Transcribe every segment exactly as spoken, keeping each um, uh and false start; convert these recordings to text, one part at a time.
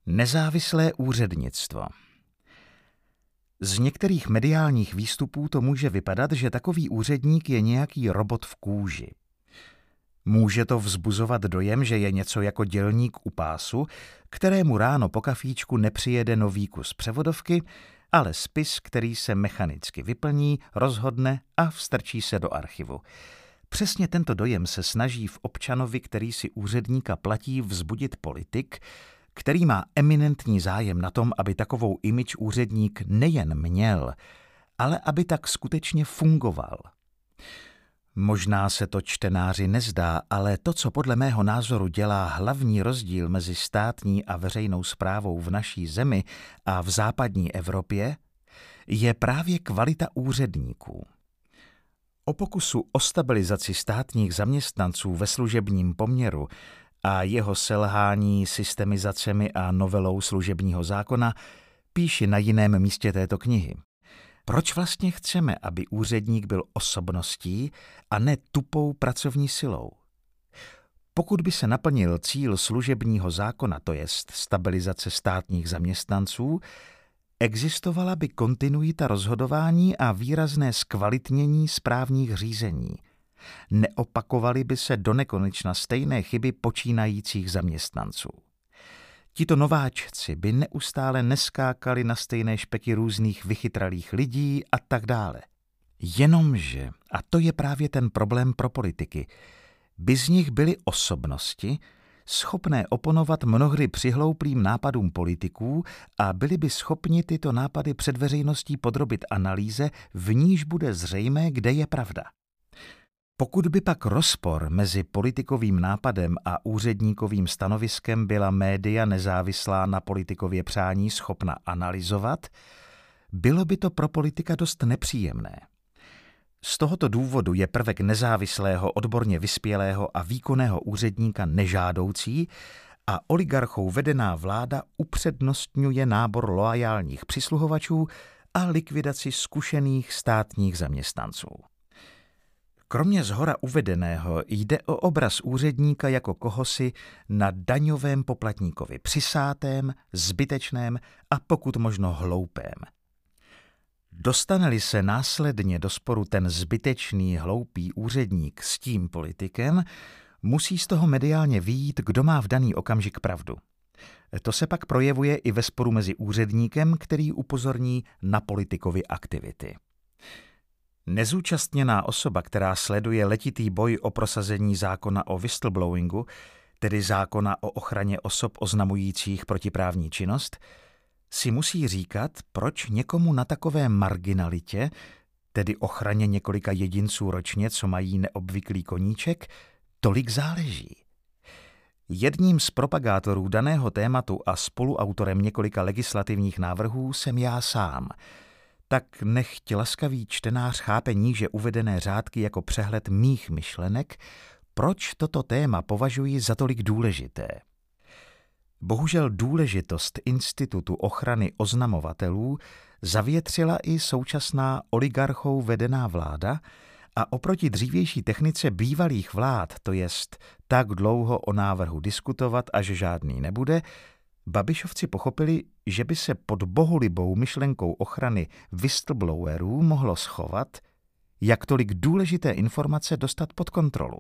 Nezávislé úřednictvo. Z některých mediálních výstupů to může vypadat, že takový úředník je nějaký robot v kůži. Může to vzbuzovat dojem, že je něco jako dělník u pásu, kterému ráno po kafíčku nepřijede nový kus převodovky, ale spis, který se mechanicky vyplní, rozhodne a vstrčí se do archivu. Přesně tento dojem se snaží v občanovi, který si úředníka platí, vzbudit politik, který má eminentní zájem na tom, aby takovou image úředník nejen měl, ale aby tak skutečně fungoval. Možná se to čtenáři nezdá, ale to, co podle mého názoru dělá hlavní rozdíl mezi státní a veřejnou správou v naší zemi a v západní Evropě, je právě kvalita úředníků. O pokusu o stabilizaci státních zaměstnanců ve služebním poměru a jeho selhání systemizacemi a novelou služebního zákona píši na jiném místě této knihy. Proč vlastně chceme, aby úředník byl osobností a ne tupou pracovní silou? Pokud by se naplnil cíl služebního zákona, to jest stabilizace státních zaměstnanců, existovala by kontinuita rozhodování a výrazné zkvalitnění správních řízení. Neopakovaly by se donekonečna stejné chyby počínajících zaměstnanců. Tito nováčci by neustále neskákali na stejné špeky různých vychytralých lidí a tak dále. Jenomže, a to je právě ten problém pro politiky, by z nich byly osobnosti, schopné oponovat mnohdy přihlouplým nápadům politiků a byli by schopni tyto nápady před veřejností podrobit analýze, v níž bude zřejmé, kde je pravda. Pokud by pak rozpor mezi politikovým nápadem a úředníkovým stanoviskem byla média nezávislá na politikově přání schopna analyzovat, bylo by to pro politika dost nepříjemné. Z tohoto důvodu je prvek nezávislého, odborně vyspělého a výkonného úředníka nežádoucí a oligarchou vedená vláda upřednostňuje nábor loajálních přisluhovačů a likvidaci zkušených státních zaměstnanců. Kromě zhora uvedeného jde o obraz úředníka jako kohosi na daňovém poplatníkovi přisátém, zbytečném a pokud možno hloupém. Dostane-li se následně do sporu ten zbytečný hloupý úředník s tím politikem, musí z toho mediálně vyjít, kdo má v daný okamžik pravdu. To se pak projevuje i ve sporu mezi úředníkem, který upozorní na politikovy aktivity. Nezúčastněná osoba, která sleduje letitý boj o prosazení zákona o whistleblowingu, tedy zákona o ochraně osob oznamujících protiprávní činnost, si musí říkat, proč někomu na takové marginalitě, tedy ochraně několika jedinců ročně, co mají neobvyklý koníček, tolik záleží. Jedním z propagátorů daného tématu a spoluautorem několika legislativních návrhů jsem já sám. Tak nechť laskavý čtenář chápe níže uvedené řádky jako přehled mých myšlenek, proč toto téma považuji za tolik důležité. Bohužel důležitost institutu ochrany oznamovatelů zavětřila i současná oligarchou vedená vláda a oproti dřívější technice bývalých vlád, to jest tak dlouho o návrhu diskutovat, až žádný nebude, Babišovci pochopili, že by se pod bohulibou myšlenkou ochrany whistleblowerů mohlo schovat, jak tolik důležité informace dostat pod kontrolu.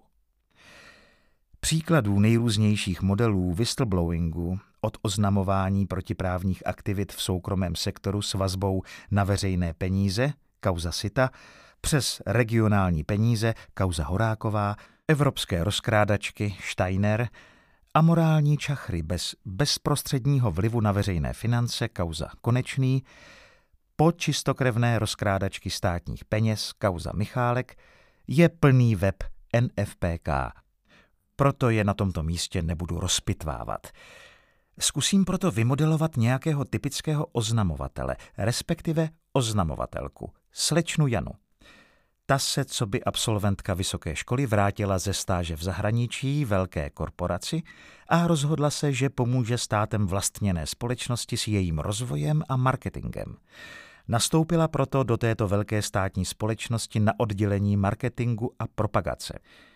Příkladů nejrůznějších modelů whistleblowingu, od oznamování protiprávních aktivit v soukromém sektoru s vazbou na veřejné peníze, kauza Sita, přes regionální peníze, kauza Horáková, evropské rozkrádačky, Steiner, amorální čachry bez bezprostředního vlivu na veřejné finance, kauza Konečný, po čistokrevné rozkrádačky státních peněz, kauza Michálek, je plný web N F P K. Proto je na tomto místě nebudu rozpitvávat. Zkusím proto vymodelovat nějakého typického oznamovatele, respektive oznamovatelku, slečnu Janu. Ta se, co by absolventka vysoké školy, vrátila ze stáže v zahraničí velké korporaci a rozhodla se, že pomůže státem vlastněné společnosti s jejím rozvojem a marketingem. Nastoupila proto do této velké státní společnosti na oddělení marketingu a propagace.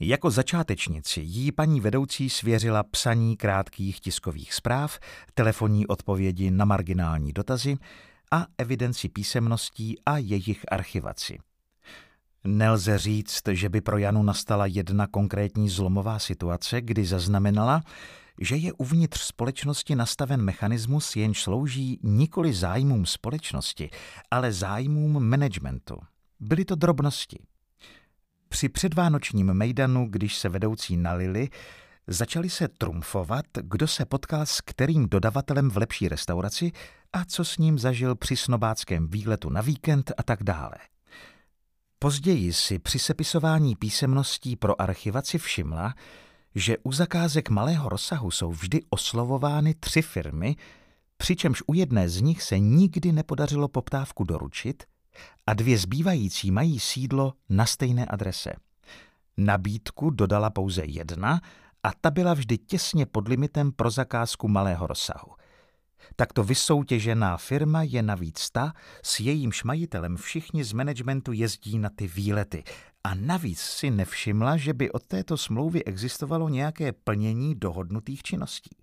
Jako začátečnici jí paní vedoucí svěřila psaní krátkých tiskových zpráv, telefonní odpovědi na marginální dotazy a evidenci písemností a jejich archivaci. Nelze říct, že by pro Janu nastala jedna konkrétní zlomová situace, kdy zaznamenala, že je uvnitř společnosti nastaven mechanismus, jenž slouží nikoli zájmům společnosti, ale zájmům managementu. Byly to drobnosti. Při předvánočním mejdanu, když se vedoucí nalili, začali se trumfovat, kdo se potkal s kterým dodavatelem v lepší restauraci a co s ním zažil při snobáckém výletu na víkend a tak dále. Později si při sepisování písemností pro archivaci všimla, že u zakázek malého rozsahu jsou vždy oslovovány tři firmy, přičemž u jedné z nich se nikdy nepodařilo poptávku doručit a dvě zbývající mají sídlo na stejné adrese. Nabídku dodala pouze jedna a ta byla vždy těsně pod limitem pro zakázku malého rozsahu. Takto vysoutěžená firma je navíc ta, s jejímž majitelem všichni z managementu jezdí na ty výlety. A navíc si nevšimla, že by od této smlouvy existovalo nějaké plnění dohodnutých činností.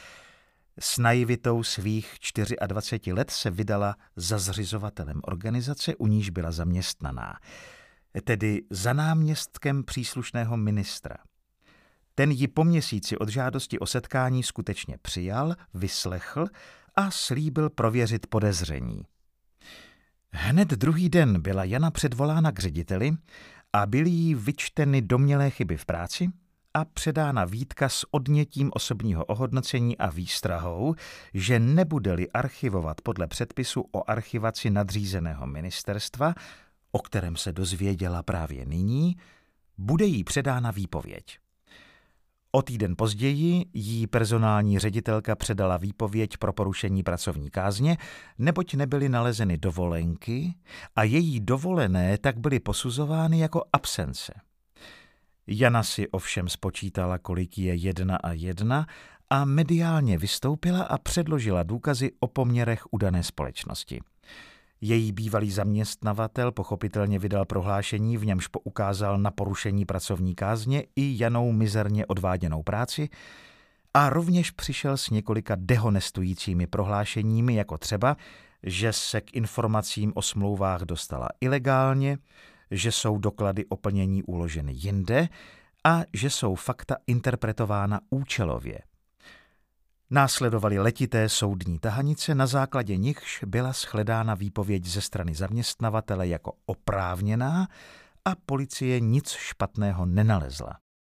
S naivitou svých dvaceti čtyř let se vydala za zřizovatelem organizace, u níž byla zaměstnaná, tedy za náměstkem příslušného ministra. Ten ji po měsíci od žádosti o setkání skutečně přijal, vyslechl a slíbil prověřit podezření. Hned druhý den byla Jana předvolána k řediteli a byly jí vyčteny domnělé chyby v práci a předána výtka s odnětím osobního ohodnocení a výstrahou, že nebude-li archivovat podle předpisu o archivaci nadřízeného ministerstva, o kterém se dozvěděla právě nyní, bude jí předána výpověď. O týden později jí personální ředitelka předala výpověď pro porušení pracovní kázně, neboť nebyly nalezeny dovolenky a její dovolené tak byly posuzovány jako absence. Jana si ovšem spočítala, kolik je jedna a jedna a mediálně vystoupila a předložila důkazy o poměrech u dané společnosti. Její bývalý zaměstnavatel pochopitelně vydal prohlášení, v němž poukázal na porušení pracovní kázně i Janou mizerně odváděnou práci a rovněž přišel s několika dehonestujícími prohlášeními, jako třeba, že se k informacím o smlouvách dostala ilegálně, že jsou doklady o plnění uloženy jinde a že jsou fakta interpretována účelově. Následovaly letité soudní tahanice, na základě nichž byla shledána výpověď ze strany zaměstnavatele jako oprávněná a policie nic špatného nenalezla.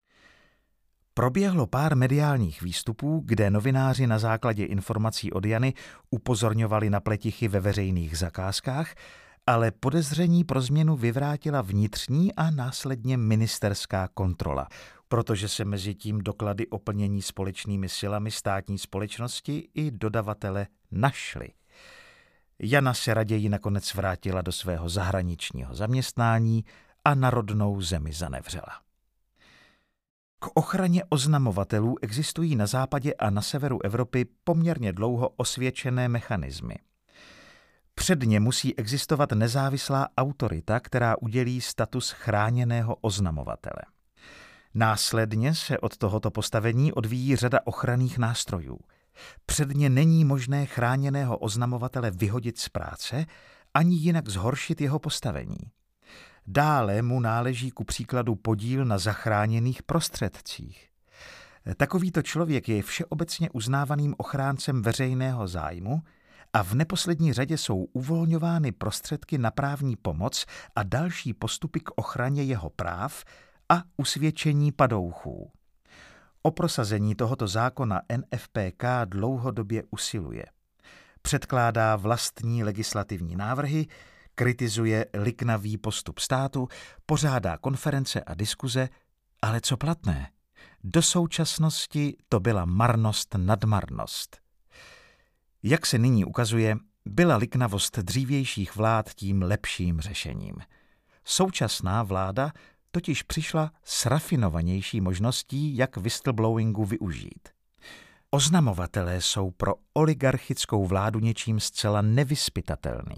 Proběhlo pár mediálních výstupů, kde novináři na základě informací od Jany upozorňovali na pletichy ve veřejných zakázkách, ale podezření pro změnu vyvrátila vnitřní a následně ministerská kontrola, protože se mezi tím doklady o plnění společnými silami státní společnosti i dodavatele našly. Jana se raději nakonec vrátila do svého zahraničního zaměstnání a na rodnou zemi zanevřela. K ochraně oznamovatelů existují na západě a na severu Evropy poměrně dlouho osvědčené mechanismy. Předně musí existovat nezávislá autorita, která udělí status chráněného oznamovatele. Následně se od tohoto postavení odvíjí řada ochranných nástrojů. Předně není možné chráněného oznamovatele vyhodit z práce, ani jinak zhoršit jeho postavení. Dále mu náleží ku příkladu podíl na zachráněných prostředcích. Takovýto člověk je všeobecně uznávaným ochráncem veřejného zájmu a v neposlední řadě jsou uvolňovány prostředky na právní pomoc a další postupy k ochraně jeho práv a usvědčení padouchů. O prosazení tohoto zákona N F P K dlouhodobě usiluje. Předkládá vlastní legislativní návrhy, kritizuje liknavý postup státu, pořádá konference a diskuze, ale co platné? Do současnosti to byla marnost nad marnost. Jak se nyní ukazuje, byla liknavost dřívějších vlád tím lepším řešením. Současná vláda totiž přišla s rafinovanější možností, jak whistleblowingu využít. Oznamovatelé jsou pro oligarchickou vládu něčím zcela nevyzpytatelným.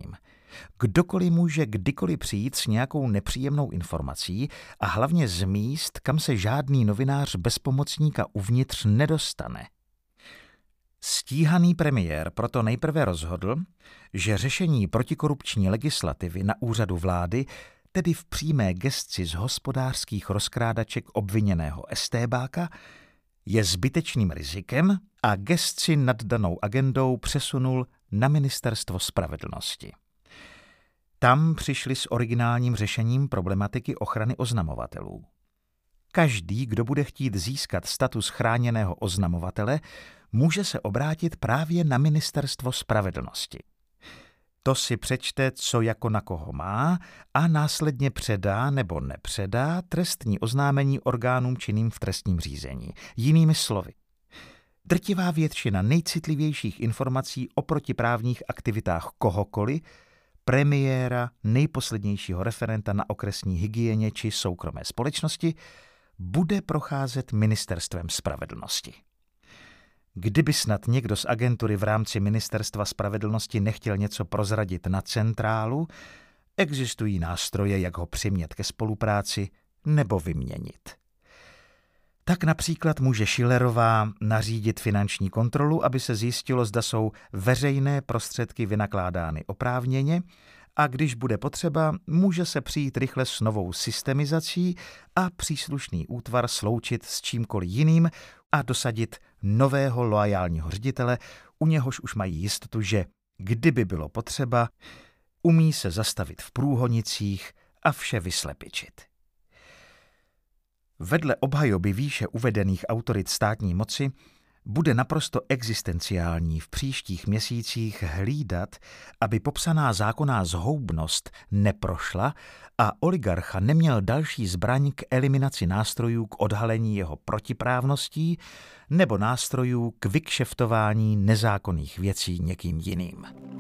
Kdokoliv může kdykoliv přijít s nějakou nepříjemnou informací a hlavně z míst, kam se žádný novinář bez pomocníka uvnitř nedostane. Stíhaný premiér proto nejprve rozhodl, že řešení protikorupční legislativy na úřadu vlády, tedy v přímé gesci z hospodářských rozkrádaček obviněného estébáka, je zbytečným rizikem a gesci nad danou agendou přesunul na Ministerstvo spravedlnosti. Tam přišli s originálním řešením problematiky ochrany oznamovatelů. Každý, kdo bude chtít získat status chráněného oznamovatele, může se obrátit právě na Ministerstvo spravedlnosti. To si přečte, co jako na koho má, a následně předá nebo nepředá trestní oznámení orgánům činným v trestním řízení. Jinými slovy, drtivá většina nejcitlivějších informací o protiprávních aktivitách kohokoliv, premiéra, nejposlednějšího referenta na okresní hygieně či soukromé společnosti, bude procházet Ministerstvem spravedlnosti. Kdyby snad někdo z agentury v rámci Ministerstva spravedlnosti nechtěl něco prozradit na centrálu, existují nástroje, jak ho přimět ke spolupráci nebo vyměnit. Tak například může Schillerová nařídit finanční kontrolu, aby se zjistilo, zda jsou veřejné prostředky vynakládány oprávněně, a když bude potřeba, může se přijít rychle s novou systemizací a příslušný útvar sloučit s čímkoliv jiným a dosadit nového loajálního ředitele, u něhož už mají jistotu, že kdyby bylo potřeba, umí se zastavit v průhonicích a vše vyslepičit. Vedle obhajoby výše uvedených autorit státní moci bude naprosto existenciální v příštích měsících hlídat, aby popsaná zákonná zhoubnost neprošla a oligarcha neměl další zbraň k eliminaci nástrojů k odhalení jeho protiprávností nebo nástrojů k vykšeftování nezákonných věcí někým jiným.